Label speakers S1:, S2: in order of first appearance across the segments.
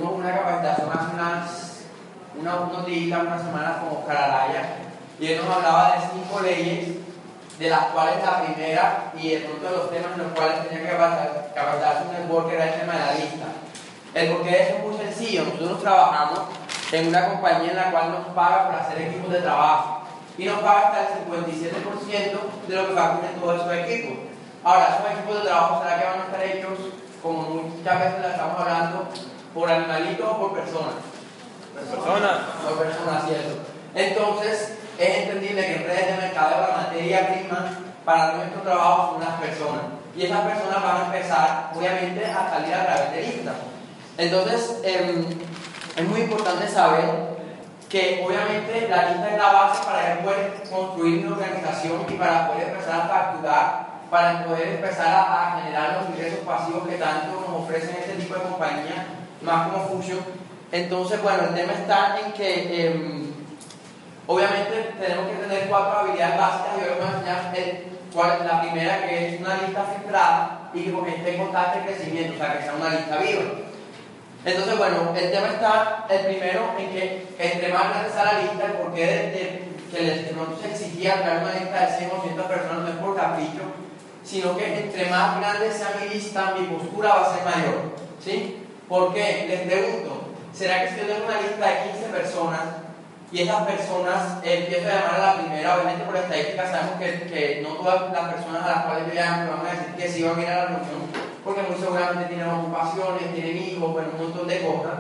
S1: una capacitación hace unos días, unas semanas con Oscar Araya, y él nos hablaba de 5 leyes, de las cuales la primera, y de pronto de los temas en los cuales tenía que capacitarse un networker, era el tema de la lista. El porqué de eso es muy sencillo. Nosotros trabajamos en una compañía en la cual nos paga por hacer equipos de trabajo, y nos paga hasta el 57% de lo que facturen todos esos equipos. Ahora, esos equipos de trabajo, ¿será que van a estar hechos, como muchas veces la estamos hablando, por animalitos o por personas? Por personas, ¿cierto? Entonces, es entendible que en redes de mercadeo la materia prima para nuestro trabajo son las personas. Y esas personas van a empezar, obviamente, a salir a través de listas. Entonces, es muy importante saber que, obviamente, la lista es la base para poder construir una organización y para poder empezar a facturar, para poder empezar a generar los ingresos pasivos que tanto nos ofrecen este tipo de compañías, más como Fusion. Entonces, bueno, el tema está en que obviamente tenemos que tener 4 habilidades básicas y hoy vamos a enseñar la primera, que es una lista filtrada y que esté en constante crecimiento, o sea, que sea una lista viva. Entonces, bueno, el tema está, el primero, en que entre más grande sea la lista, el porqué de pronto se exigía crear una lista de 100 o 200 personas no es por capricho, sino que entre más grande sea mi lista, mi postura va a ser mayor, ¿sí? ¿Por qué? Les pregunto, ¿será que si yo tengo una lista de 15 personas y esas personas empiezo a llamar a la primera? Obviamente por estadística sabemos que no todas las personas a las cuales yo llamo me van a decir que sí van a ir a la reunión, porque muy seguramente tienen ocupaciones, tienen hijos, bueno, un montón de cosas.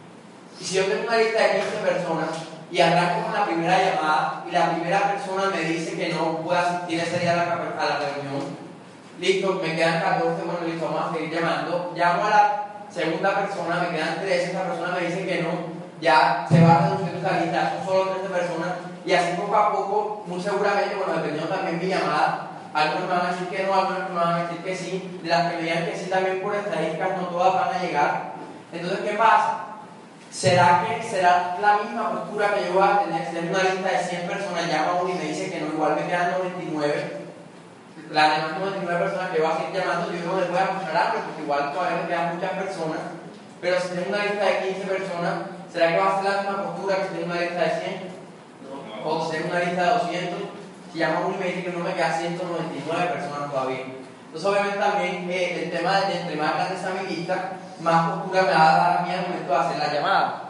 S1: Y si yo tengo una lista de 15 personas y arranco con la primera llamada y la primera persona me dice que no puede asistir ese día a la reunión, listo, me quedan 14, bueno, listo, vamos a seguir llamando, llamo a la segunda persona, me quedan 13, esa persona me dice que no, ya se va reduciendo esa lista, son solo 13 personas, y así poco a poco, muy seguramente, bueno, dependiendo también de mi llamada, algunos me van a decir que no, algunos me van a decir que sí, de las que me digan que sí también por estadísticas no todas van a llegar. Entonces, ¿qué pasa? ¿Será la misma postura que yo voy a tener? Si tengo una lista de 100 personas, llama uno y me dice que no, igual me quedan 99, las demás 99 personas que voy a seguir llamando, yo no les voy a mostrar hambre, porque igual todavía me quedan muchas personas, pero si tengo una lista de 15 personas, ¿será que va a ser la misma postura que si tengo una lista de 100? No. O si tengo una lista de 200, si llamo uno y me dice que no, me quedan 199 personas todavía. Entonces, obviamente, también el tema de entre más grande sea mi lista, más postura me va a dar a mí al momento de hacer la llamada.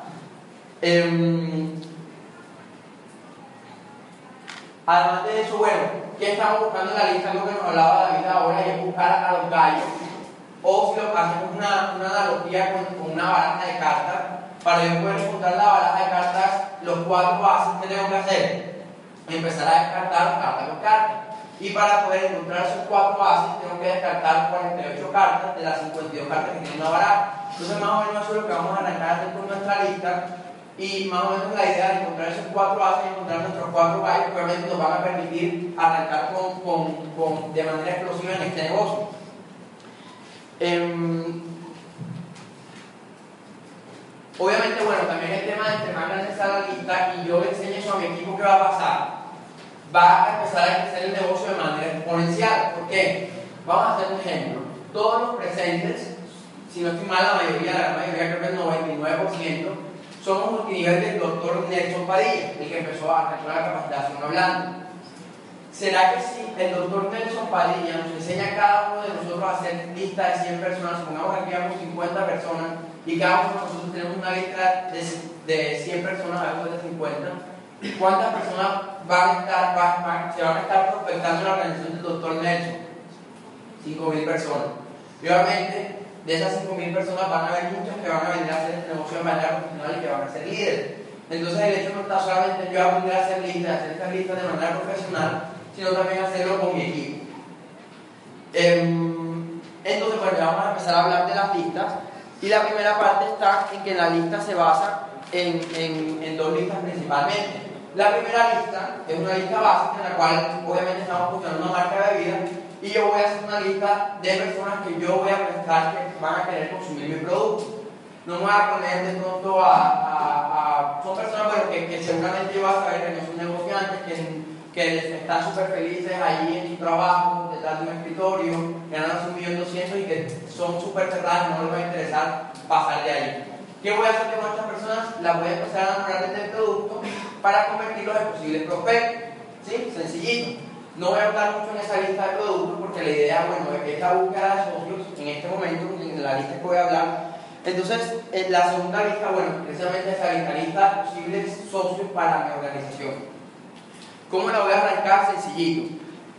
S1: Además de eso, bueno, ¿qué estamos buscando en la lista? Algo que nos hablaba David ahora, y es buscar a los gallos. O si lo hacemos una analogía con una baraja de cartas, para yo poder encontrar la baraja de cartas, los 4 bases que tengo que hacer, empezar a descartar carta por carta. Y para poder encontrar esos 4 bases, tengo que descartar 48 cartas de las 52 cartas que tiene una baraja. Entonces, más o menos eso es lo que vamos a arrancar a hacer con nuestra lista. Y más o menos la idea de encontrar esos 4 bases y encontrar nuestros 4 gallos, que obviamente nos van a permitir arrancar de manera explosiva en este negocio. Obviamente, bueno, también el tema de entre más grande sea la lista y yo le enseño eso a mi equipo, ¿qué va a pasar? Va a empezar a crecer el negocio de manera exponencial. ¿Por qué? Vamos a hacer un ejemplo. Todos los presentes, si no estoy mal, la gran mayoría, creo que el 99%, somos multinivel del doctor Nelson Padilla, el que empezó a hacer la capacitación hablando. ¿Será que si el doctor Nelson Padilla nos enseña a cada uno de nosotros a hacer lista de 100 personas, supongamos que aquí vamos 50 personas y cada uno de nosotros tenemos una lista de 100 personas, algo de 50, ¿cuántas personas se van a estar prospectando en la organización del doctor Nelson? 5.000 personas. Y obviamente, de esas 5.000 personas van a haber muchas que van a venir a hacer este negocio de manera profesional y que van a ser líderes. Entonces, el hecho no está solamente yo aprender a hacer listas, hacer estas listas de manera profesional, sino también hacerlo con mi equipo. Entonces, bueno, vamos a empezar a hablar de las listas. Y la primera parte está en que la lista se basa en 2 listas principalmente. La primera lista es una lista básica en la cual obviamente estamos funcionando una marca de bebida y yo voy a hacer una lista de personas que yo voy a pensar que van a querer consumir mi producto. No me voy a poner de pronto son personas bueno, que seguramente yo voy a saber que no son negociantes, que están súper felices allí en su trabajo, detrás de un escritorio, ganan 1.200.000 y que son súper cerrados y no les va a interesar pasar de ahí. ¿Qué voy a hacer con estas personas? Las voy a empezar a enamorar del producto para convertirlos en posibles prospectos. ¿Sí? Sencillito. No voy a hablar mucho en esa lista de productos porque la idea, bueno, es la búsqueda de socios en este momento, en la lista que voy a hablar. Entonces, en la segunda lista, bueno, precisamente esa lista de posibles socios para mi organización. ¿Cómo la voy a arrancar? Sencillito.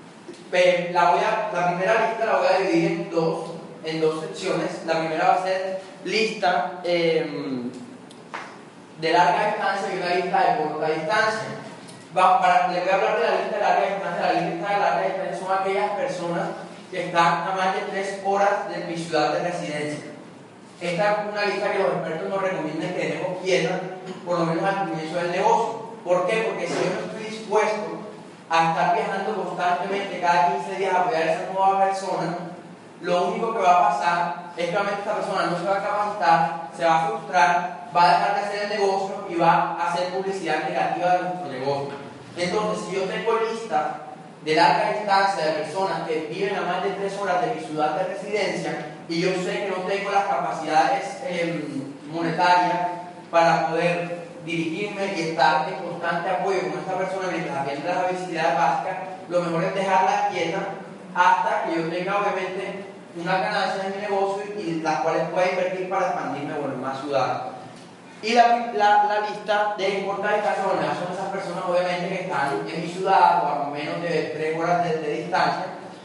S1: La primera lista la voy a dividir en dos secciones. La primera va a ser lista de larga distancia y una lista de corta distancia. Les voy a hablar de la lista de larga distancia. La lista de larga distancia son aquellas personas que están a más de 3 horas de mi ciudad de residencia. Esta es una lista que los expertos nos recomiendan que dejemos quieta, por lo menos al comienzo del negocio. ¿Por qué? Porque si yo no estoy dispuesto a estar viajando constantemente cada 15 días a apoyar a esa nueva persona, lo único que va a pasar es que obviamente esta persona no se va a capacitar, se va a frustrar, va a dejar de hacer el negocio y va a hacer publicidad negativa de nuestro negocio. Entonces, si yo tengo lista de larga distancia de personas que viven a más de 3 horas de mi ciudad de residencia y yo sé que no tengo las capacidades monetarias para poder dirigirme y estar en constante apoyo con esta persona mientras atiende las necesidades básicas, lo mejor es dejarla quieta hasta que yo tenga obviamente unas ganancias en mi negocio y las cuales pueda invertir para expandirme en más ciudades. Y la lista de corta distancia, bueno, son esas personas obviamente que están en mi ciudad o a menos de 3 horas de distancia.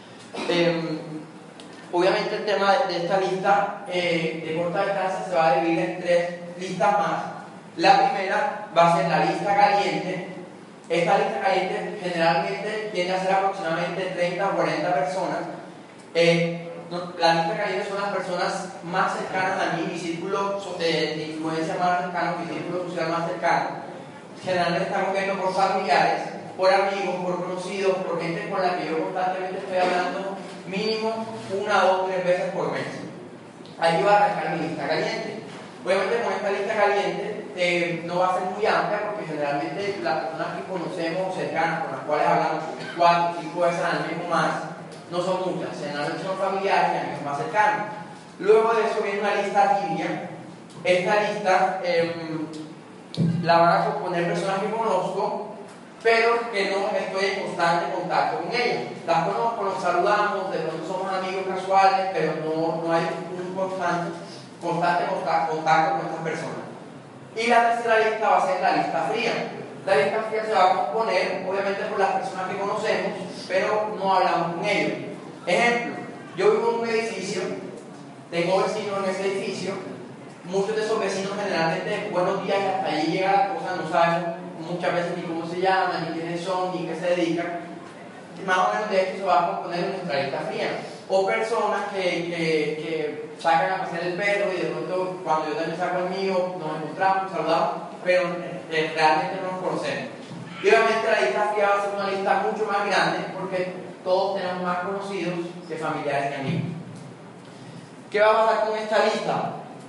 S1: Obviamente el tema de esta lista de corta distancia se va a dividir en 3 listas más. La primera va a ser la lista caliente. Esta lista caliente generalmente tiende a ser aproximadamente 30 o 40 personas. La lista caliente son las personas más cercanas a mí, mi círculo de influencia más cercano, mi círculo social más cercano. Generalmente estamos viendo por familiares, por amigos, por conocidos, por gente con la que yo constantemente estoy hablando mínimo 1, 2, 3 veces por mes. Ahí va a arrancar mi lista caliente. Obviamente con esta lista caliente no va a ser muy amplia porque generalmente las personas que conocemos cercanas, con las cuales hablamos 4 o 5 veces al mes o más, no son muchas, generalmente son familiares y amigos más cercanos. Luego de eso viene una lista tibia. Esta lista la van a componer personas que conozco, pero que no estoy en constante contacto con ellas. Las conozco, nos saludamos, de pronto somos amigos casuales, pero no hay un constante contacto con estas personas. Y la tercera lista va a ser la lista fría. La lista fría se va a componer, obviamente, por las personas que conocemos, pero no hablamos con ellos. Ejemplo, yo vivo en un edificio, tengo vecinos en ese edificio, muchos de esos vecinos generalmente, buenos días, y hasta allí llega la cosa, no sabemos muchas veces ni cómo se llaman, ni quiénes son, ni qué se dedican. Más o menos de esto se va a componer en nuestra lista fría. O personas que sacan a pasear el perro y de pronto cuando yo también saco el mío nos encontramos, saludamos, pero realmente no nos conocemos. Y obviamente la lista fría va a ser una lista mucho más grande porque todos tenemos más conocidos que familiares y amigos. ¿Qué va a pasar con esta lista?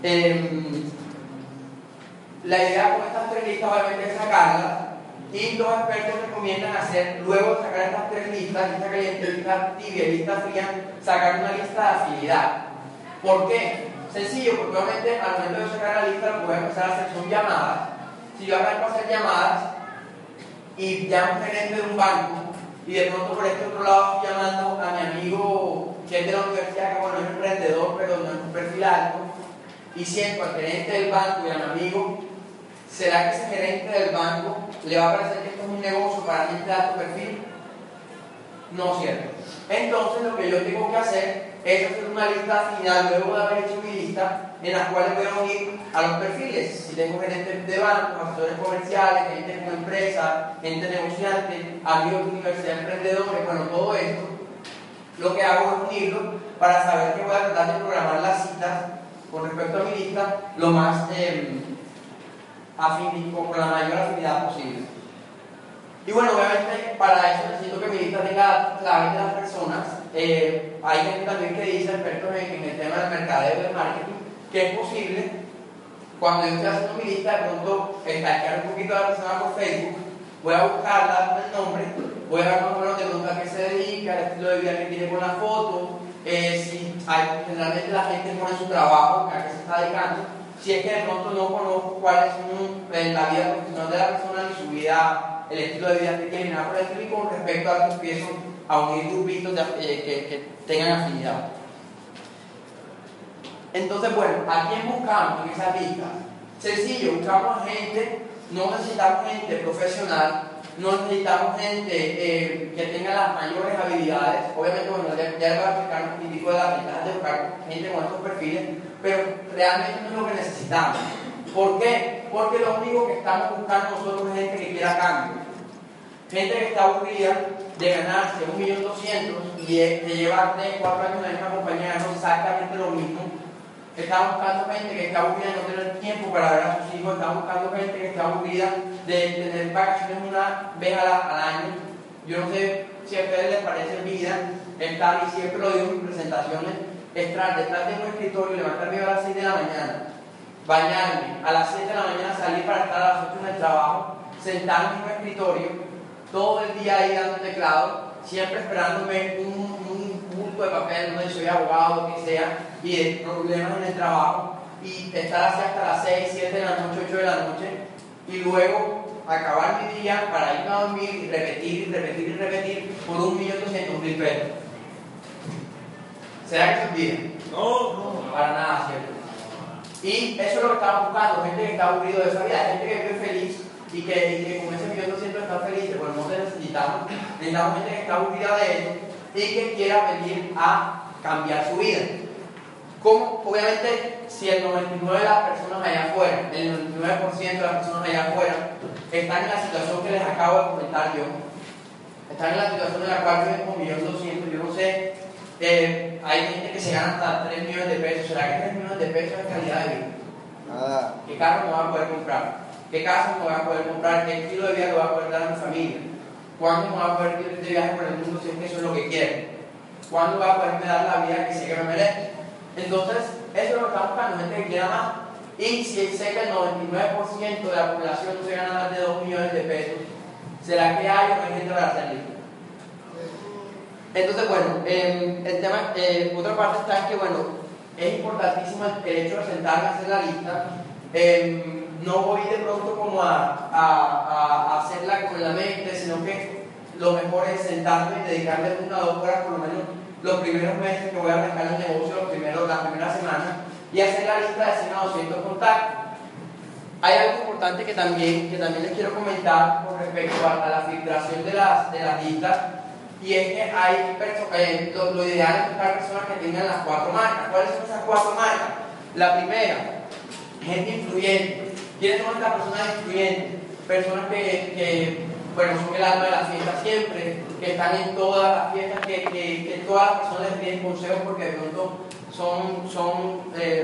S1: La idea con estas 3 listas obviamente es sacarlas y los expertos recomiendan hacer, luego de sacar estas 3 listas, lista caliente, lista tibia y lista fría, sacar una lista de afinidad. ¿Por qué? Sencillo, porque obviamente al momento de sacar la lista lo que voy a empezar a hacer son llamadas. Si yo arranco a hacer llamadas y llamo a un gerente de un banco y de pronto por este otro lado estoy llamando a mi amigo que es de la universidad, que bueno, es emprendedor pero no es un perfil alto, y siento al gerente del banco y a mi amigo, ¿será que ese gerente del banco le va a parecer que esto es un negocio para gente de alto perfil? No es cierto. Entonces lo que yo tengo que hacer es hacer una lista final luego de haber hecho mi lista en las cuales voy a unir a los perfiles. Si tengo gerentes de bancos, asesores comerciales, gente con empresa, gente negociante, amigos de universidad, emprendedores, bueno, todo esto, lo que hago es unirlo para saber que voy a tratar de programar las citas con respecto a mi lista lo más con la mayor afinidad posible. Y bueno, obviamente para eso necesito que mi lista tenga datos claves de las personas. Hay gente también que dice, expertos en el tema del mercadeo y del marketing, que es posible, cuando yo estoy haciendo mi lista, de pronto stalkear un poquito a la persona por Facebook, voy a buscarla con el nombre, voy a ver más o menos de pronto a qué se dedica, el estilo de vida que tiene con la foto, Generalmente la gente pone su trabajo, a qué se está dedicando, si es que de pronto no conozco cuál es la vida profesional de la persona ni su vida, el estilo de vida que tiene, nada por el estilo, y con respecto a eso empiezo a unir grupitos que tengan afinidad. Entonces, bueno, ¿a quién buscamos en esas listas? Sencillo, buscamos gente, no necesitamos gente profesional, no necesitamos gente que tenga las mayores habilidades. Obviamente, bueno, ya les voy a explicar un poquitico de las ventajas de buscar gente con estos perfiles, pero realmente no es lo que necesitamos. ¿Por qué? Porque lo único que estamos buscando nosotros es gente que quiera cambio. Gente que está aburrida de ganarse 1.200.000 y de llevar 3, 4 años en la misma compañía, no exactamente lo mismo. Estamos buscando gente que está aburrida de no tener tiempo para ver a sus hijos. Estamos buscando gente que está aburrida de tener vacaciones una vez al año. Yo no sé si a ustedes les parece vida estar, y siempre lo digo en mis presentaciones, estar detrás de un escritorio, levantarme a las 6 de la mañana, bañarme, a las 7 de la mañana salir para estar a las 8 en el trabajo, sentarme en un escritorio, todo el día ahí dando teclado, siempre esperándome un bulto de papel, no sé si soy abogado, lo que sea, y de problemas en el trabajo, y estar así hasta las 6, 7 de la noche, 8 de la noche, y luego acabar mi día para irme a dormir y repetir por 1.200.000 pesos. ¿Será que se olvida? No, para nada, ¿cierto? Y eso es lo que estamos buscando, gente que está aburrido de esa vida, gente que vive feliz y que con ese 1.200.000 está feliz, pues no necesitamos gente que está aburrida de eso y que quiera venir a cambiar su vida. Como obviamente si el 99% de las personas allá afuera, el 99% de las personas allá afuera están en la situación que les acabo de comentar yo, están en la situación en la cual viven con 1.200.000, yo no sé, hay gente que se gana hasta 3 millones de pesos. ¿Será que 3 millones de pesos es calidad de vida? Nada. ¿Qué carro me voy a poder comprar? ¿Qué casa me voy a poder comprar? ¿Qué estilo de vida le voy a poder dar a mi familia? ¿Cuándo me voy a poder ir de viaje por el mundo si es que eso es lo que quiero? ¿Cuándo voy a poderme dar la vida que sé que me merezco? Entonces, eso es lo que estamos buscando, gente que quiera más. Y si sé que el 99% de la población no se gana más de 2 millones de pesos, ¿será que hay o no hay gente para hacerlo? Entonces, bueno, el tema, otra parte está en que, bueno, es importantísimo el hecho de sentarme a hacer la lista. No voy de pronto como a hacerla con la mente, sino que lo mejor es sentarme y dedicarle 1 o 2 horas por lo menos los primeros meses que voy a arrancar el negocio, las primeras semanas, y hacer la lista de 100 a 200 contactos. Hay algo importante que también les quiero comentar con respecto a la filtración de las listas, y es que hay lo ideal es buscar personas que tengan las 4 marcas. ¿Cuáles son esas 4 marcas? La primera, gente influyente. ¿Quiénes son estas personas influyentes? Personas que son el alma de la fiesta siempre, que están en todas las fiestas, que todas las personas les piden consejos porque de pronto son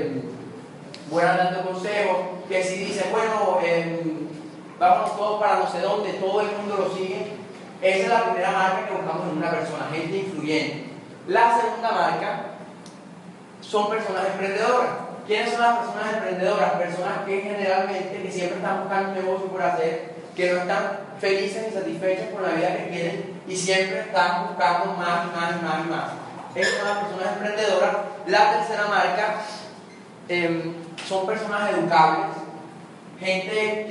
S1: buenas dando consejos, que si dicen, bueno, vámonos todos para no sé dónde, todo el mundo lo sigue. Esa es la primera marca que buscamos en una persona, gente influyente. La segunda marca son personas emprendedoras. ¿Quiénes son las personas emprendedoras? Personas que generalmente, que siempre están buscando un negocio por hacer, que no están felices y satisfechas con la vida que tienen y siempre están buscando más. Esas son las personas emprendedoras. La tercera marca son personas educables, gente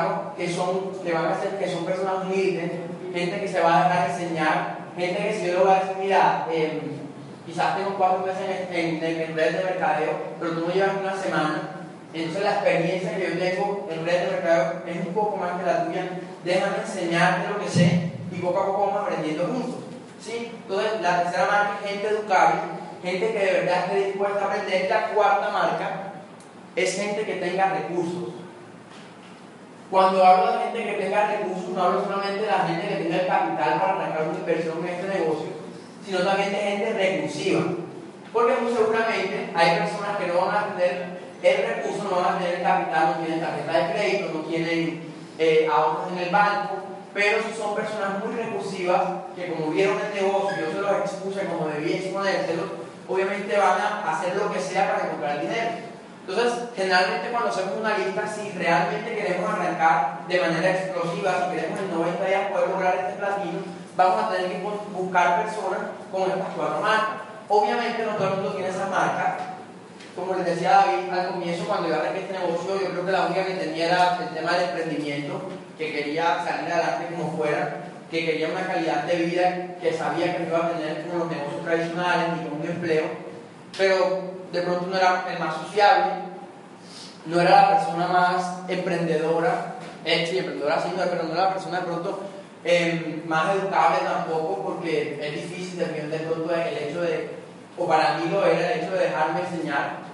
S1: que son personas humildes, gente que se va a dejar enseñar, gente que si yo le voy a decir, mira, quizás tengo 4 meses en redes de mercadeo, pero tú me llevas 1 semana, entonces la experiencia que yo tengo en redes de mercadeo es un poco más que la tuya, déjame enseñarte lo que sé y poco a poco vamos aprendiendo juntos. ¿Sí? Entonces la tercera marca es gente educable, gente que de verdad esté dispuesta a aprender. La cuarta marca es gente que tenga recursos. Cuando hablo de gente que tenga recursos, no hablo solamente de la gente que tenga el capital para arrancar una inversión en este negocio, sino también de gente recursiva. Porque muy seguramente hay personas que no van a tener el recurso, no van a tener el capital, no tienen tarjeta de crédito, no tienen ahorros en el banco, pero si son personas muy recursivas, que como vieron el negocio, yo se los expuse como debía exponérselos, obviamente van a hacer lo que sea para encontrar dinero. Entonces, generalmente cuando hacemos una lista, si realmente queremos arrancar de manera explosiva, si queremos en 90 días poder lograr este platino, vamos a tener que buscar personas con estas 4 marcas. obviamente no todo el mundo tiene esa marca. Como les decía David al comienzo, cuando yo arranqué este negocio, yo creo que la única que tenía era el tema del emprendimiento, que quería salir adelante como fuera, que quería una calidad de vida que sabía que no iba a tener como los negocios tradicionales ni con un empleo, pero de pronto no era el más sociable, no era la persona más emprendedora, sí, emprendedora sí, pero no era la persona de pronto más educable tampoco, porque es difícil de pronto el hecho de, o para mí lo era el hecho de dejarme enseñar,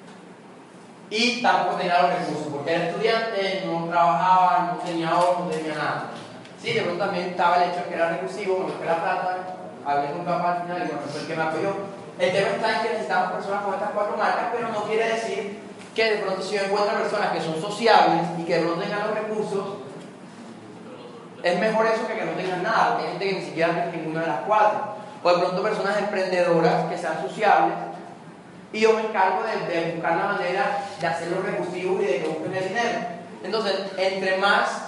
S1: y tampoco tenía los recursos, porque era estudiante, no trabajaba, no tenía ahorro, no tenía nada. Sí, de pronto también estaba el hecho de que era recursivo, me busqué la plata, hablé con papá al final y bueno, fue el que me apoyó. El tema está en que necesitamos personas con estas 4 marcas, pero no quiere decir que de pronto si yo encuentro personas que son sociables y que de pronto tengan los recursos, es mejor eso que no tengan nada, porque hay gente que ni siquiera tiene ninguna de las 4. O de pronto personas emprendedoras que sean sociables, y yo me encargo de buscar la manera de hacerlo recursivo y de que busquen el dinero. Entonces, entre más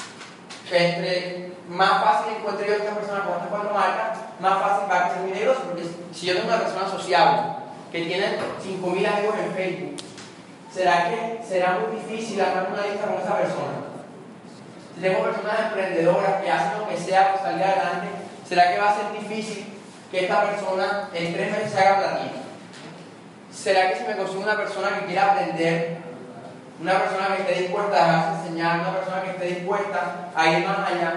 S1: fácil encuentre yo a esta persona con estas 4 marcas, más fácil va a ser mi negocio. Porque si yo tengo una persona sociable que tiene 5.000 amigos en Facebook, ¿será que será muy difícil armar una lista con esa persona? Si tengo personas emprendedoras que hacen lo que sea para salir adelante, ¿será que va a ser difícil que esta persona en 3 meses se haga platino? ¿Será que si me consigo una persona que quiera aprender, una persona que esté dispuesta a dejarse enseñar, una persona que esté dispuesta a ir más allá,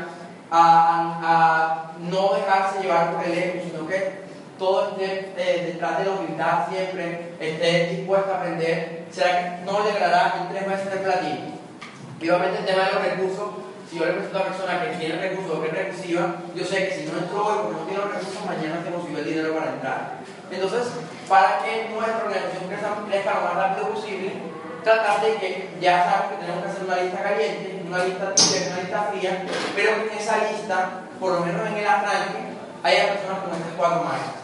S1: a no dejarse llevar por el ego, sino que todo esté detrás de la humildad siempre, esté dispuesta a aprender, ¿será que no logrará en 3 meses el platino? Y obviamente el tema de los recursos, si yo le presento a una persona que tiene recursos o que es recursiva, yo sé que si no entro hoy porque no tiene los recursos, mañana se consigo el dinero para entrar. Entonces, para que nuestra organización crezca lo más rápido posible, tratar de que ya sabemos que tenemos que hacer una lista caliente, una lista tibia, una lista fría, pero en esa lista, por lo menos en el arranque, haya personas con estas 4 marcas.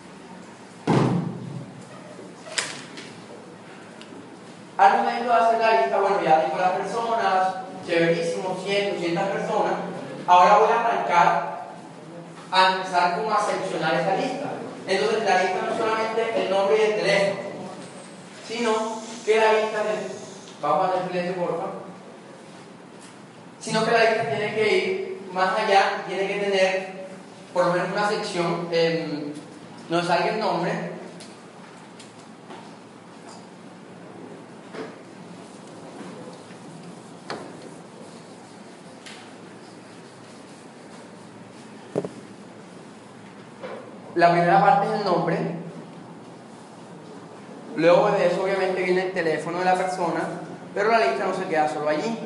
S1: Al momento de hacer la lista, bueno, ya tengo las personas, chéverísimo, 100, 200 personas. Ahora voy a arrancar a empezar como a seleccionar esa lista. Entonces la lista no es solamente el nombre y el teléfono, sino que la lista vamos a hacer silencio por favor, sino que la lista tiene que ir más allá, tiene que tener por lo menos una sección donde salga el nombre, la primera parte es el nombre, luego de eso obviamente viene el teléfono de la persona, pero la lista no se queda solo allí.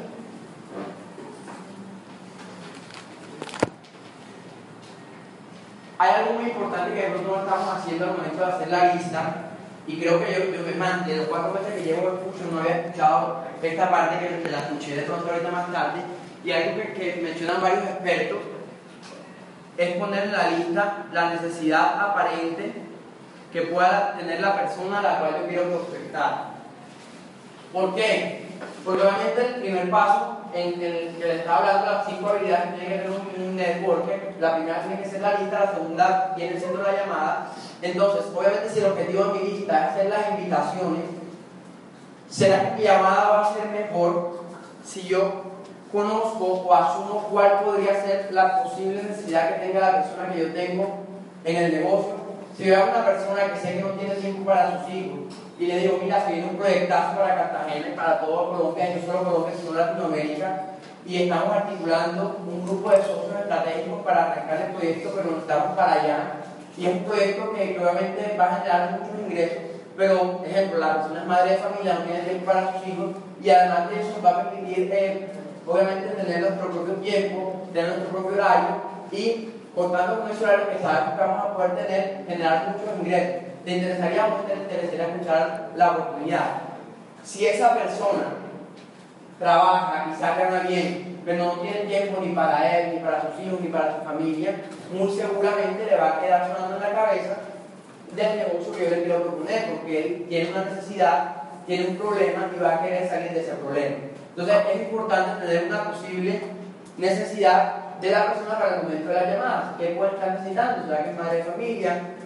S1: Hay algo muy importante que nosotros no estamos haciendo al momento de hacer la lista, y creo que yo de los 4 meses que llevo el curso no había escuchado esta parte que la escuché de pronto ahorita más tarde, y algo que mencionan varios expertos es poner en la lista la necesidad aparente que pueda tener la persona a la cual yo quiero prospectar. ¿Por qué? Porque obviamente el primer paso en el que le estaba hablando de las 5 habilidades que tiene que tener un networker, la primera tiene que ser la lista, la segunda viene siendo la llamada. Entonces, obviamente si el objetivo de mi lista es hacer las invitaciones, ¿será que mi llamada va a ser mejor si yo conozco o asumo cuál podría ser la posible necesidad que tenga la persona que yo tengo en el negocio? Si veo a una persona que sé que no tiene tiempo para sus hijos y le digo, mira, se viene un proyectazo para Cartagena y para toda Colombia, y no solo Colombia, sino Latinoamérica, y estamos articulando un grupo de socios estratégicos para arrancar el proyecto, pero nos estamos para allá, y es un proyecto que obviamente va a generar muchos ingresos, pero, ejemplo, la persona es madre de familia, no tiene tiempo para sus hijos, y además de eso nos va a permitir obviamente tener nuestro propio tiempo, tener nuestro propio horario, y contando con ese horario que sabemos que vamos a poder tener, generar muchos ingresos. ¿Te interesaría o no te interesaría escuchar la oportunidad? Si esa persona trabaja y gana bien, pero no tiene tiempo ni para él, ni para sus hijos, ni para su familia, muy seguramente le va a quedar sonando en la cabeza del negocio que yo le quiero proponer, porque él tiene una necesidad, tiene un problema y va a querer salir de ese problema. Entonces es importante tener una posible necesidad de la persona para el momento de las llamadas. ¿Qué puede estar necesitando? ¿Será que es madre de familia?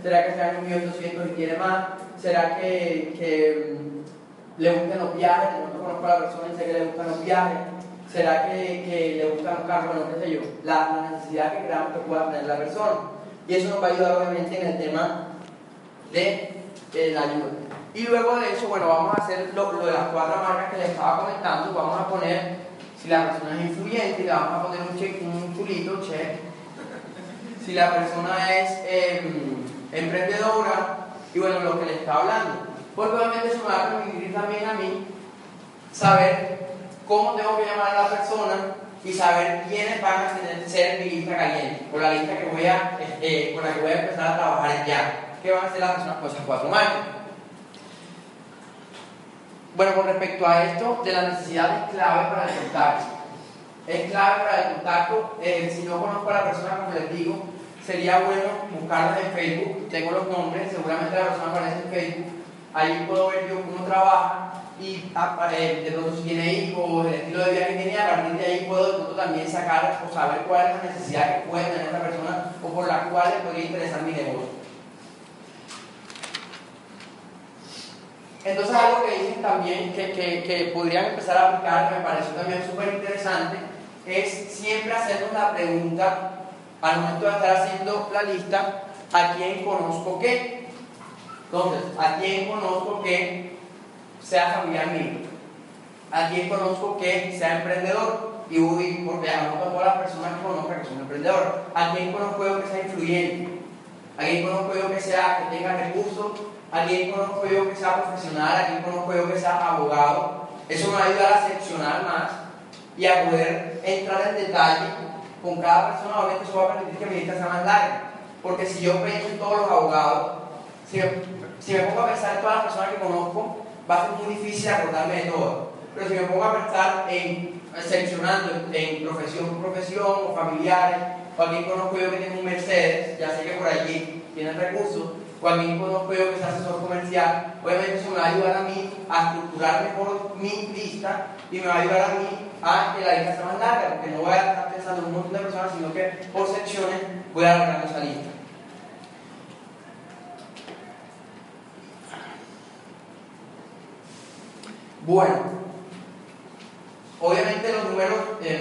S1: ¿Será que sea 1.200.000 y quiere más? ¿Será que le gustan los viajes? Yo no conozco a la persona y sé que le gustan los viajes. ¿Será que le gustan los carros? Bueno, qué sé yo. La necesidad que creamos que pueda tener la persona. Y eso nos va a ayudar obviamente en el tema de la ayuda. Y luego de eso, bueno, vamos a hacer lo de las 4 marcas que les estaba comentando. Vamos a poner, si la persona es influyente, le vamos a poner un chulito, check. Si la persona es emprendedora, y bueno, lo que les estaba hablando. Porque obviamente eso me va a permitir también a mí saber cómo tengo que llamar a la persona y saber quiénes van a ser en mi lista caliente, con la lista que con la que voy a empezar a trabajar ya. ¿Qué van a hacer las personas con esas 4 marcas? Bueno, con respecto a esto de la necesidad, es clave para el contacto. Es clave para el contacto. Si no conozco a la persona, como les digo, sería bueno buscarla en Facebook. Tengo los nombres, seguramente la persona aparece en Facebook. Ahí puedo ver yo cómo trabaja y de pronto si tiene hijos, el estilo de vida que tiene, a partir de ahí puedo de pronto también sacar o saber cuál es la necesidad que puede tener esta persona o por la cual le podría interesar mi negocio. Entonces algo que dicen también que podrían empezar a aplicar, que me pareció también súper interesante, es siempre hacernos la pregunta al momento de estar haciendo la lista: ¿a quién conozco qué? Entonces, ¿a quién conozco que sea familiar mío? ¿A quién conozco que sea emprendedor? Y porque anoto a todas las personas que conozco que son emprendedores. ¿A quién conozco yo que sea influyente? ¿A quién conozco yo que tenga recursos? ¿A quién conozco yo que sea profesional? ¿A quién conozco yo que sea abogado? Eso me va a ayudar a seleccionar más y a poder entrar en detalle con cada persona. Obviamente eso va a permitir que mi lista sea más larga, porque si yo pienso en todos los abogados, si me pongo a pensar en todas las personas que conozco, va a ser muy difícil acordarme de todo. Pero si me pongo a pensar seleccionando en profesión por profesión o familiares, o a quien conozco yo que tiene un Mercedes, ya sé que por allí tiene recursos, o a quien conozco yo que es asesor comercial, obviamente eso me va a ayudar a mí a estructurar mejor mi lista y me va a ayudar a mí a que la lista sea más larga, porque no voy a estar pensando en un montón de personas, sino que por secciones voy alargando esa lista. Bueno, obviamente los números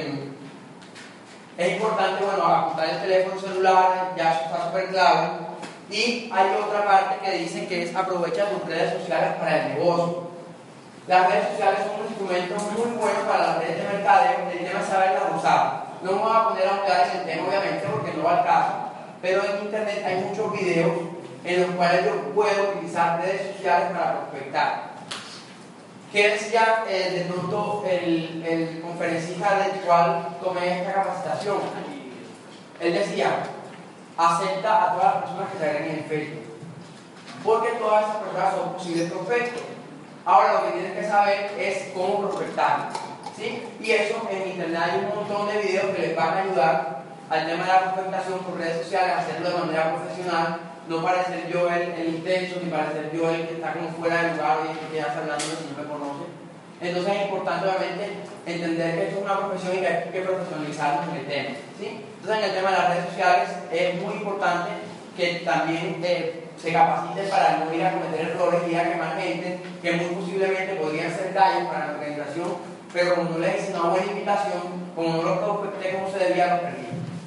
S1: es importante, bueno, apuntar el teléfono celular, ya eso está súper clave. Y hay otra parte que dicen que es aprovecha tus redes sociales para el negocio. Las redes sociales son un instrumento muy bueno para las redes de mercadeo. El tema es saberlas usar. No me voy a poner a hablar en el tema, obviamente, porque no va al caso. Pero en internet hay muchos videos en los cuales yo puedo utilizar redes sociales para prospectar. ¿Qué decía de pronto el conferencista del cual tomé esta capacitación? Él decía: acepta a todas las personas que te agreguen en Facebook, porque todas esas personas son posibles prospectos. Ahora lo que tienes que saber es cómo prospectar, ¿sí? Y eso en internet hay un montón de videos que les van a ayudar al tema de la prospectación por redes sociales, hacerlo de manera profesional, no parecer yo el intenso, ni parecer yo el que está como fuera del lugar y que ya está hablando si no me conoce. Entonces es importante obviamente entender que esto es una profesión y que hay que profesionalizarnos en el tema, ¿sí? Entonces en el tema de las redes sociales es muy importante que también se capaciten para no ir a cometer errores y a quemar gente que muy posiblemente podrían ser daños para la organización, pero como no les hice una buena invitación, como no los prospecté como se debía, los perdí.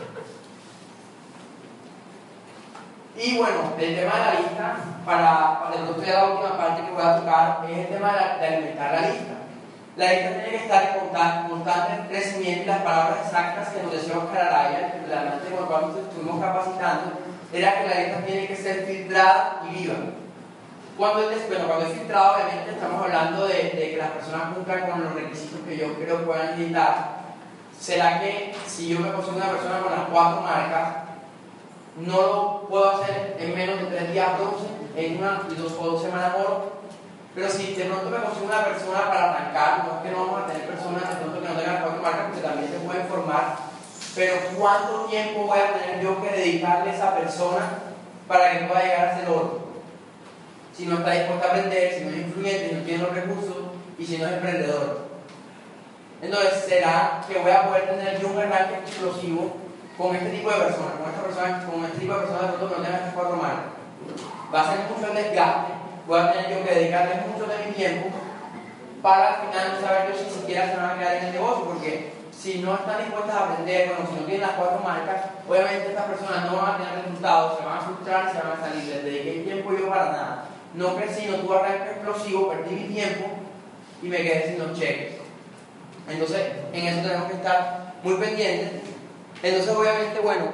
S1: Y bueno, el tema de la lista, para de pronto ya la última parte que voy a tocar, es el tema de alimentar la lista. La lista tiene que estar en constante crecimiento, y las palabras exactas que nos decía Oscar Araya, realmente cuando estuvimos capacitando, era que la lista tiene que ser filtrada y viva. Cuando es filtrado, obviamente estamos hablando de que las personas cumplan con los requisitos que yo creo que puedan necesitar. ¿Será que si yo me consigo una persona con las 4 marcas, no lo puedo hacer en menos de 3 días, 12, en 1 o 2 semanas oro? Pero si de pronto me consigo una persona para arrancar, no es que no vamos a tener personas de pronto que no tengan 4 marcas, porque también se pueden formar, pero ¿cuánto tiempo voy a tener yo que dedicarle a esa persona para que pueda llegar a ser oro? Si no está dispuesto a aprender, si no es influyente, si no tiene los recursos y si no es emprendedor. Entonces, ¿será que voy a poder tener yo un arranque explosivo con este tipo de personas, con este tipo de personas de pronto que no tengan estas 4 marcas? va a ser mucho el desgaste, voy a tener yo que dedicarle mucho de mi tiempo para al final no saber yo si siquiera se van a quedar en el negocio, porque si no están dispuestas a aprender, bueno, si no tienen las 4 marcas, obviamente estas personas no van a tener resultados, se van a frustrar y se van a salir. Les dediqué tiempo yo para nada. No crecí, no tuve arranque explosivo, perdí mi tiempo y me quedé sin los cheques. Entonces, en eso tenemos que estar muy pendientes. Entonces, obviamente, bueno,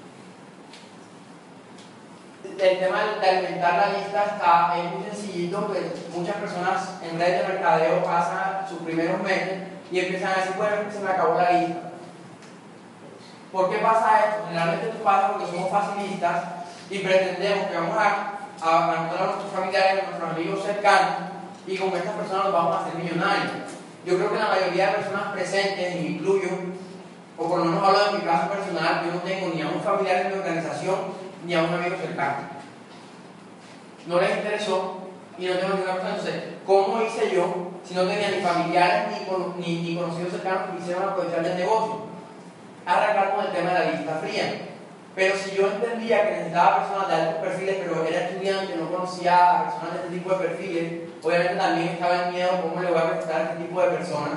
S1: el tema de alimentar la lista es muy sencillito, pues muchas personas en redes de mercadeo pasan sus primeros meses y empiezan a decir, bueno, es que se me acabó la lista. ¿Por qué pasa esto? Generalmente esto pasa porque somos facilistas y pretendemos que vamos a mandar a nuestros familiares, a nuestros amigos cercanos y con estas personas nos vamos a hacer millonarios. Yo creo que la mayoría de personas presentes, y me incluyo, o por lo menos hablo de mi caso personal, yo no tengo ni a un familiar en mi organización ni a un amigo cercano. No les interesó y no tengo ninguna persona. Entonces, ¿cómo hice yo si no tenía ni familiares ni conocidos cercanos que quisieran aprovechar del negocio? Arrancar con el tema de la lista fría. Pero si yo entendía que necesitaba personas de altos perfiles, pero era estudiante, no conocía a personas de este tipo de perfiles, obviamente también estaba el miedo, ¿cómo le voy a presentar a este tipo de personas?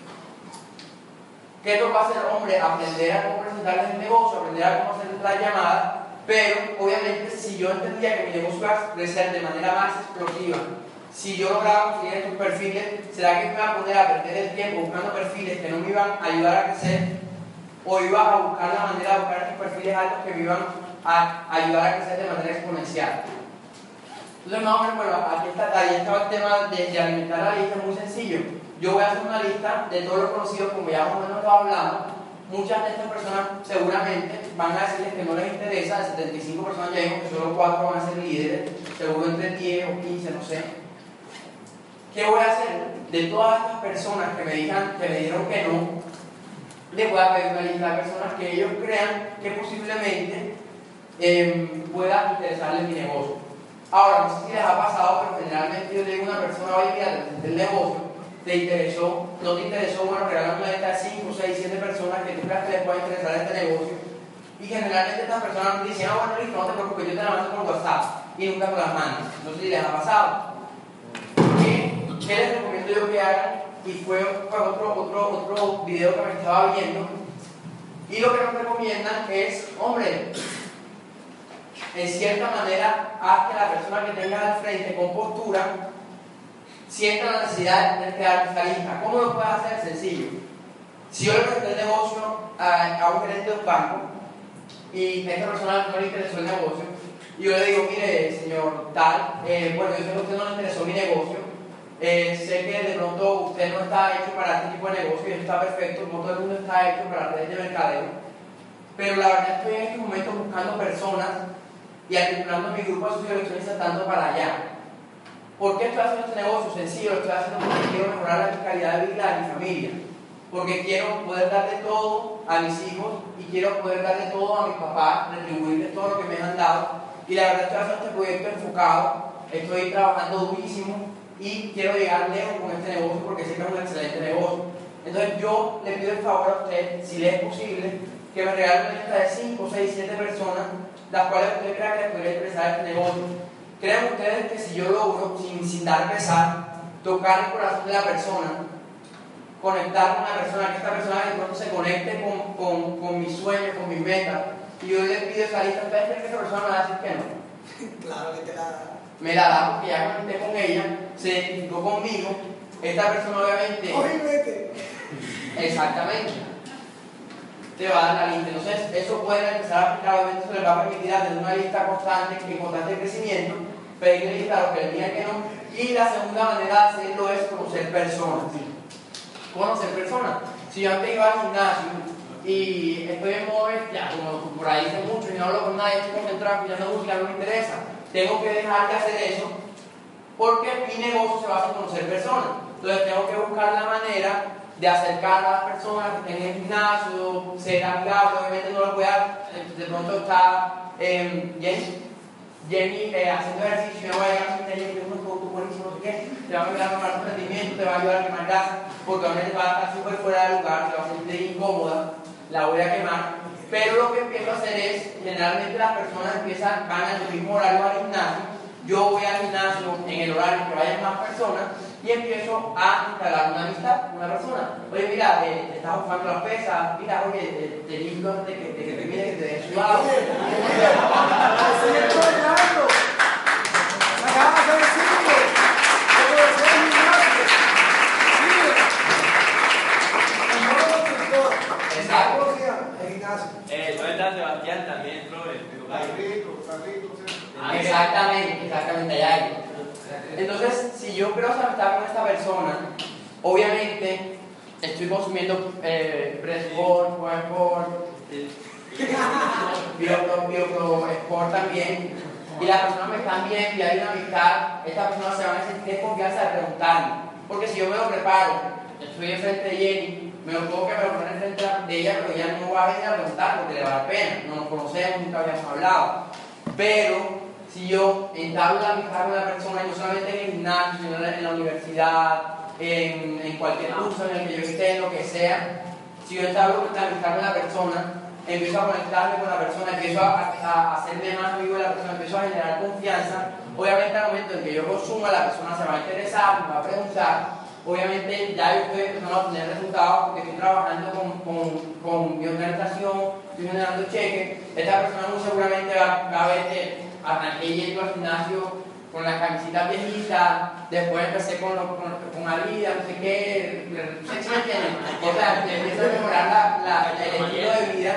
S1: ¿Qué es lo que va a hacer, hombre? Aprender a cómo presentarles el negocio, aprender a cómo hacer las llamadas, pero obviamente si yo entendía que mi negocio iba a crecer de manera más explosiva, si yo lograba conseguir estos perfiles, ¿será que me iba a poner a perder el tiempo buscando perfiles que no me iban a ayudar a crecer? ¿O iba a buscar la manera de buscar estos perfiles altos que me iban a ayudar a crecer de manera exponencial? Entonces, más o menos, bueno, ahí estaba el tema de alimentar la lista, muy sencillo. Yo voy a hacer una lista de todos los conocidos, como ya más o menos lo hablamos. Muchas de estas personas seguramente van a decirles que no les interesa, de 75 personas ya vimos que solo 4 van a ser líderes, seguro entre 10 o 15, no sé. ¿Qué voy a hacer? De todas estas personas que me dijeron que no, les voy a pedir una lista de personas que ellos crean que posiblemente pueda interesarles mi negocio. Ahora, no sé si les ha pasado, pero generalmente yo le digo a una persona, oye, mira, te el negocio, ¿te interesó? ¿No te interesó? Bueno, regalame una lista de 5, 6, 7 personas que tú creas que les pueda interesar este negocio. Y generalmente estas personas me dicen, bueno, listo, no te preocupes, yo te la mando por WhatsApp. Y nunca me las mando. No sé si les ha pasado. ¿Qué les recomiendo yo que hagan? Y fue otro video que me estaba viendo. Y lo que nos recomiendan es, hombre, en cierta manera, haz que la persona que tengas al frente con postura sienta la necesidad de tener que dar esta lista. ¿Cómo lo puedes hacer? Sencillo. Si yo le presenté el negocio a un gerente de un banco y a esta persona no le interesó el negocio, y yo le digo, mire, señor tal, bueno, yo sé que a usted no le interesó mi negocio, sé que de pronto usted no está hecho para este tipo de negocio y eso está perfecto, no todo el mundo está hecho para redes de mercadeo, pero la verdad estoy en este momento buscando personas y articulando mi grupo de socios, lo estoy insertando para allá. ¿Por qué estoy haciendo este negocio? Sencillo, lo estoy haciendo porque quiero mejorar la calidad de vida de mi familia, porque quiero poder darle todo a mis hijos y quiero poder darle todo a mis papás, retribuirles todo lo que me han dado, y la verdad estoy haciendo este proyecto enfocado, estoy trabajando durísimo y quiero llegar lejos con este negocio porque sé que es un excelente negocio. Entonces yo le pido el favor a usted, si le es posible, que me regale una lista de 5, 6, 7 personas las cuales usted crea que les podría interesar este negocio. ¿Creen ustedes que si yo logro, sin dar pesar, tocar el corazón de la persona, conectar con la persona, que esta persona de pronto se conecte con mis sueños, con mis metas, y yo le pido esa lista, ¿ustedes creen que esa persona me va a decir que no?
S2: Claro que te la da.
S1: Me la da porque ya conecté con ella, se identificó conmigo, esta persona obviamente...
S2: ¡Obviamente!
S1: Exactamente. Te va a dar la lista. Entonces, eso puede empezar a aplicar, obviamente eso les va a permitir tener una lista constante, en constante crecimiento, pedirle lista a los que le digan que no. Y la segunda manera de hacerlo es conocer personas. Conocer personas. Si yo antes iba al gimnasio y estoy en modo bestia, como por ahí dice mucho y no hablo con nadie, estoy concentrado escuchando música, no me interesa. Tengo que dejar de hacer eso porque mi negocio se basa en conocer personas. Entonces tengo que buscar la manera de acercar a las personas que estén en el gimnasio, ser amigable, obviamente no lo voy a, de pronto está Jenny haciendo ejercicio, no va a llegar a Jenny que unos productos buenísimos, no sé qué, te va a ayudar a mejorar tu rendimiento, te va a ayudar a quemar grasa, porque obviamente va a estar súper fuera de lugar, te va a sentir incómoda, la voy a quemar. pero lo que empiezo a hacer es, generalmente las personas van al mismo horario al gimnasio, yo voy al gimnasio en el horario que vayan más personas y empiezo a instalar una amistad con una persona. Oye, mira, te estás buscando las pesas, mira, oye, te lindo de que te mire, que te des sudado.
S2: Sebastián también, Flores.
S1: Exactamente, allá hay. Entonces, si yo quiero estar con esta persona, obviamente estoy consumiendo Presport, Sport, Bio Sport también, y las personas me están viendo y hay una amistad, estas personas se van a sentir confianza de preguntarme, porque si yo me lo preparo, estoy enfrente de Jenny, me lo puedo que me lo ponga enfrente de ella, pero ella no va a venir a preguntar porque le va a dar pena, no nos conocemos, nunca habíamos hablado. Pero si yo entablo la amistad con una persona, no solamente en el gimnasio, sino en la universidad, en cualquier curso en el que yo esté, en lo que sea, si yo entablo la amistad con la persona, empiezo a conectarme con la persona, empiezo a hacerme más amigo de la persona, empiezo a generar confianza, obviamente al momento en que yo consuma, la persona se va a interesar, me va a preguntar. Obviamente ya yo estoy empezando a obtener resultados porque estoy trabajando con mi organización, estoy generando cheques. Esta persona muy seguramente va a ver arranqué yendo al gimnasio con las camisetas viejitas, después empecé con Adidas, no sé qué, no sé si me entienden. O sea, empiezo a mejorar el estilo de vida,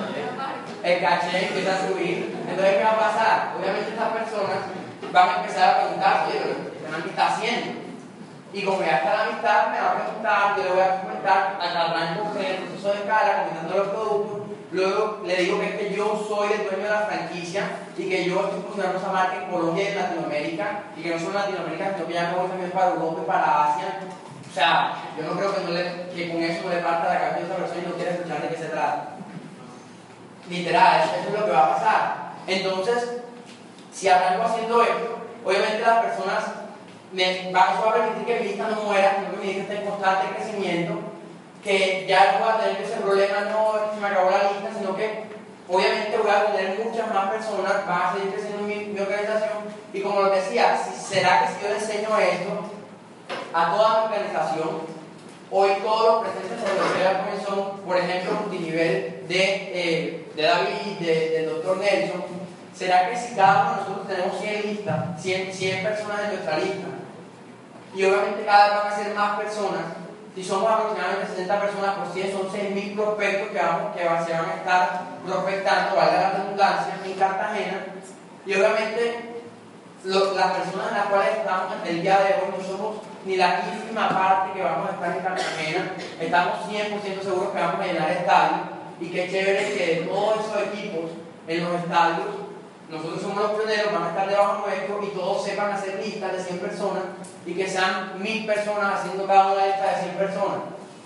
S1: el caché empieza a subir. Entonces, ¿qué va a pasar? Obviamente estas personas van a empezar a preguntar, oye, pero ¿qué está haciendo? Y como ya está la amistad, me va a preguntar, yo le voy a comentar, arranco con el proceso de escala, comentando los productos, luego le digo que es que yo soy el dueño de la franquicia y que yo estoy funcionando esa marca en Colombia y en Latinoamérica, y que no solo en Latinoamérica, sino que ya me voy también para Europa y para Asia. O sea, yo no creo que con eso no le parta la cabeza a esa persona y no quiere escuchar de qué se trata. Literal, eso es lo que va a pasar. Entonces, si arranco haciendo esto, obviamente las personas eso va a permitir que mi lista no muera, sino que mi lista esté en constante crecimiento, que ya no voy a tener ese problema, no se me acabó la lista, sino que obviamente voy a tener muchas más personas, van a seguir creciendo mi organización, y como lo decía, será que si yo le enseño esto a toda mi organización, hoy todos los presentes en los que son, por ejemplo, multinivel de David, del doctor Nelson, será que si cada uno de nosotros tenemos 100 listas, 100 personas en nuestra lista, y obviamente cada vez van a ser más personas, si somos aproximadamente 60 personas por 100, son 6.000 prospectos que se van a estar prospectando, valga la redundancia, en Cartagena, y obviamente las personas en las cuales estamos hasta el día de hoy no somos ni la ínfima parte que vamos a estar en Cartagena, estamos 100% seguros que vamos a llenar estadios, y qué chévere que de todos esos equipos en los estadios, nosotros somos los pioneros, van a estar debajo nuestro y todos sepan hacer listas de 100 personas y que sean 1.000 personas haciendo cada una lista de 100 personas.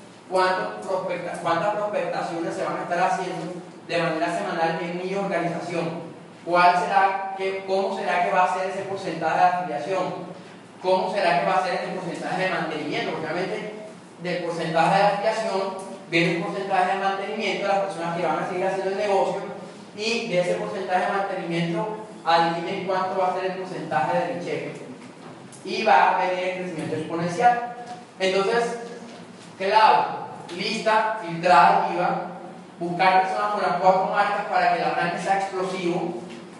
S1: ¿Cuántas prospectaciones se van a estar haciendo de manera semanal en mi organización? ¿Cómo será que va a ser ese porcentaje de afiliación? ¿Cómo será que va a ser ese porcentaje de mantenimiento? Porque obviamente del porcentaje de afiliación viene un porcentaje de mantenimiento de las personas que van a seguir haciendo el negocio, y de ese porcentaje de mantenimiento adivinen cuánto va a ser el porcentaje de mi cheque, y va a venir el crecimiento exponencial. Entonces, ¿qué hago? Lista, filtrada arriba, buscar personas con las 4 marcas para que el arranque sea explosivo,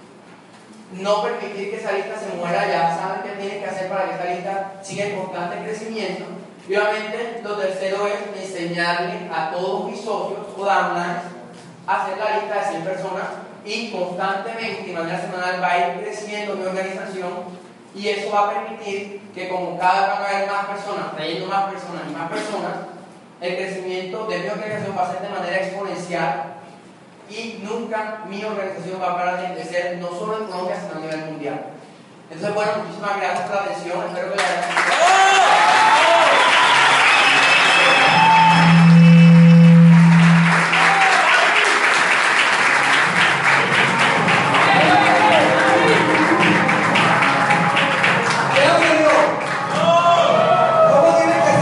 S1: no permitir que esa lista se muera, ya saben qué tienen que hacer para que esa lista siga en constante crecimiento. Y obviamente lo tercero es enseñarle a todos mis socios o downlines a hacer la lista de 100 personas, y constantemente de manera semanal va a ir creciendo mi organización, y eso va a permitir que como cada vez van a haber más personas, trayendo más personas y más personas, el crecimiento de mi organización va a ser de manera exponencial, y nunca mi organización va a parar de crecer, no solo en Colombia, sino a nivel mundial. Entonces, bueno, muchísimas gracias por la atención, espero que les haya gustado.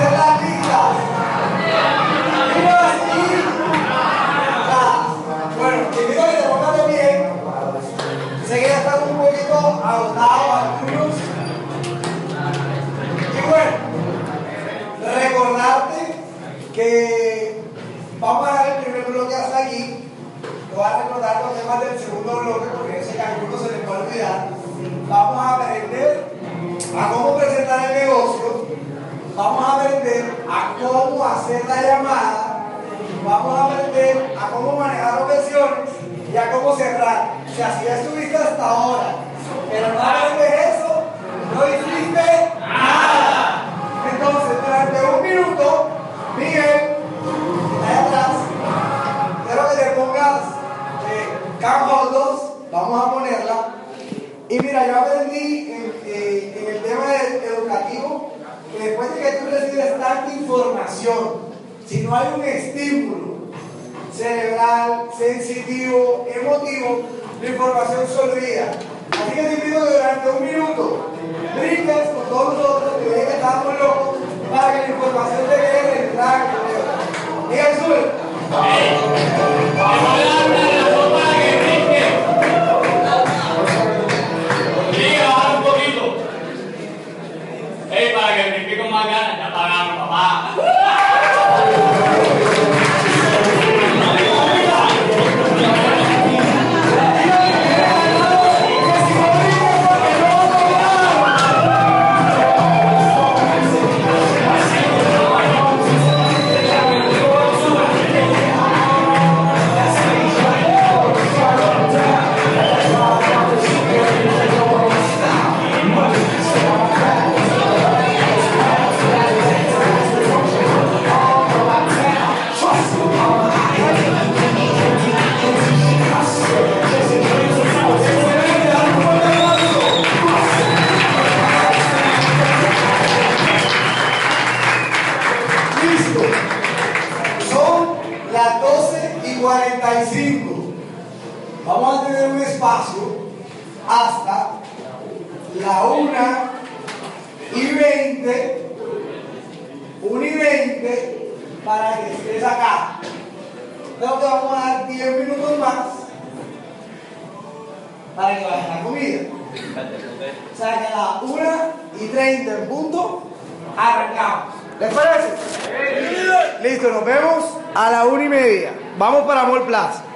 S3: Bueno, que vamos a dar el primer bloque hasta aquí. Voy a recordar los temas del segundo bloque porque ese que a algunos se les va a olvidar. Vamos a aprender a cómo presentar el negocio, vamos a aprender a cómo hacer la llamada, vamos a aprender a cómo manejar objeciones y a cómo cerrar. O sea, si ya estuviste hasta ahora, pero no aprendes eso, no hiciste nada. Entonces, durante un minuto, Miguel, allá atrás, quiero que te pongas Camp 2, vamos a ponerla. Y mira, yo aprendí en el tema educativo que después de que tú recibes tanta información, si no hay un estímulo cerebral, sensitivo, emotivo, la información se olvida. Así que te invito que durante un minuto brinques con todos nosotros, que vean que estamos locos, para que la información te quede registrada en el video. Miguel, sube.
S2: Para que brinque con más ganas, ya pagamos, papá. Las 12:45. Vamos a tener un espacio hasta la 1:20, 1:20 para que estés acá. Luego te vamos a dar 10 minutos más para que vayas a la comida. O sea que a las 1:30 en punto arrancamos. ¿Les parece? Listo, nos vemos a la 1:30. Vamos para Mall Plaza.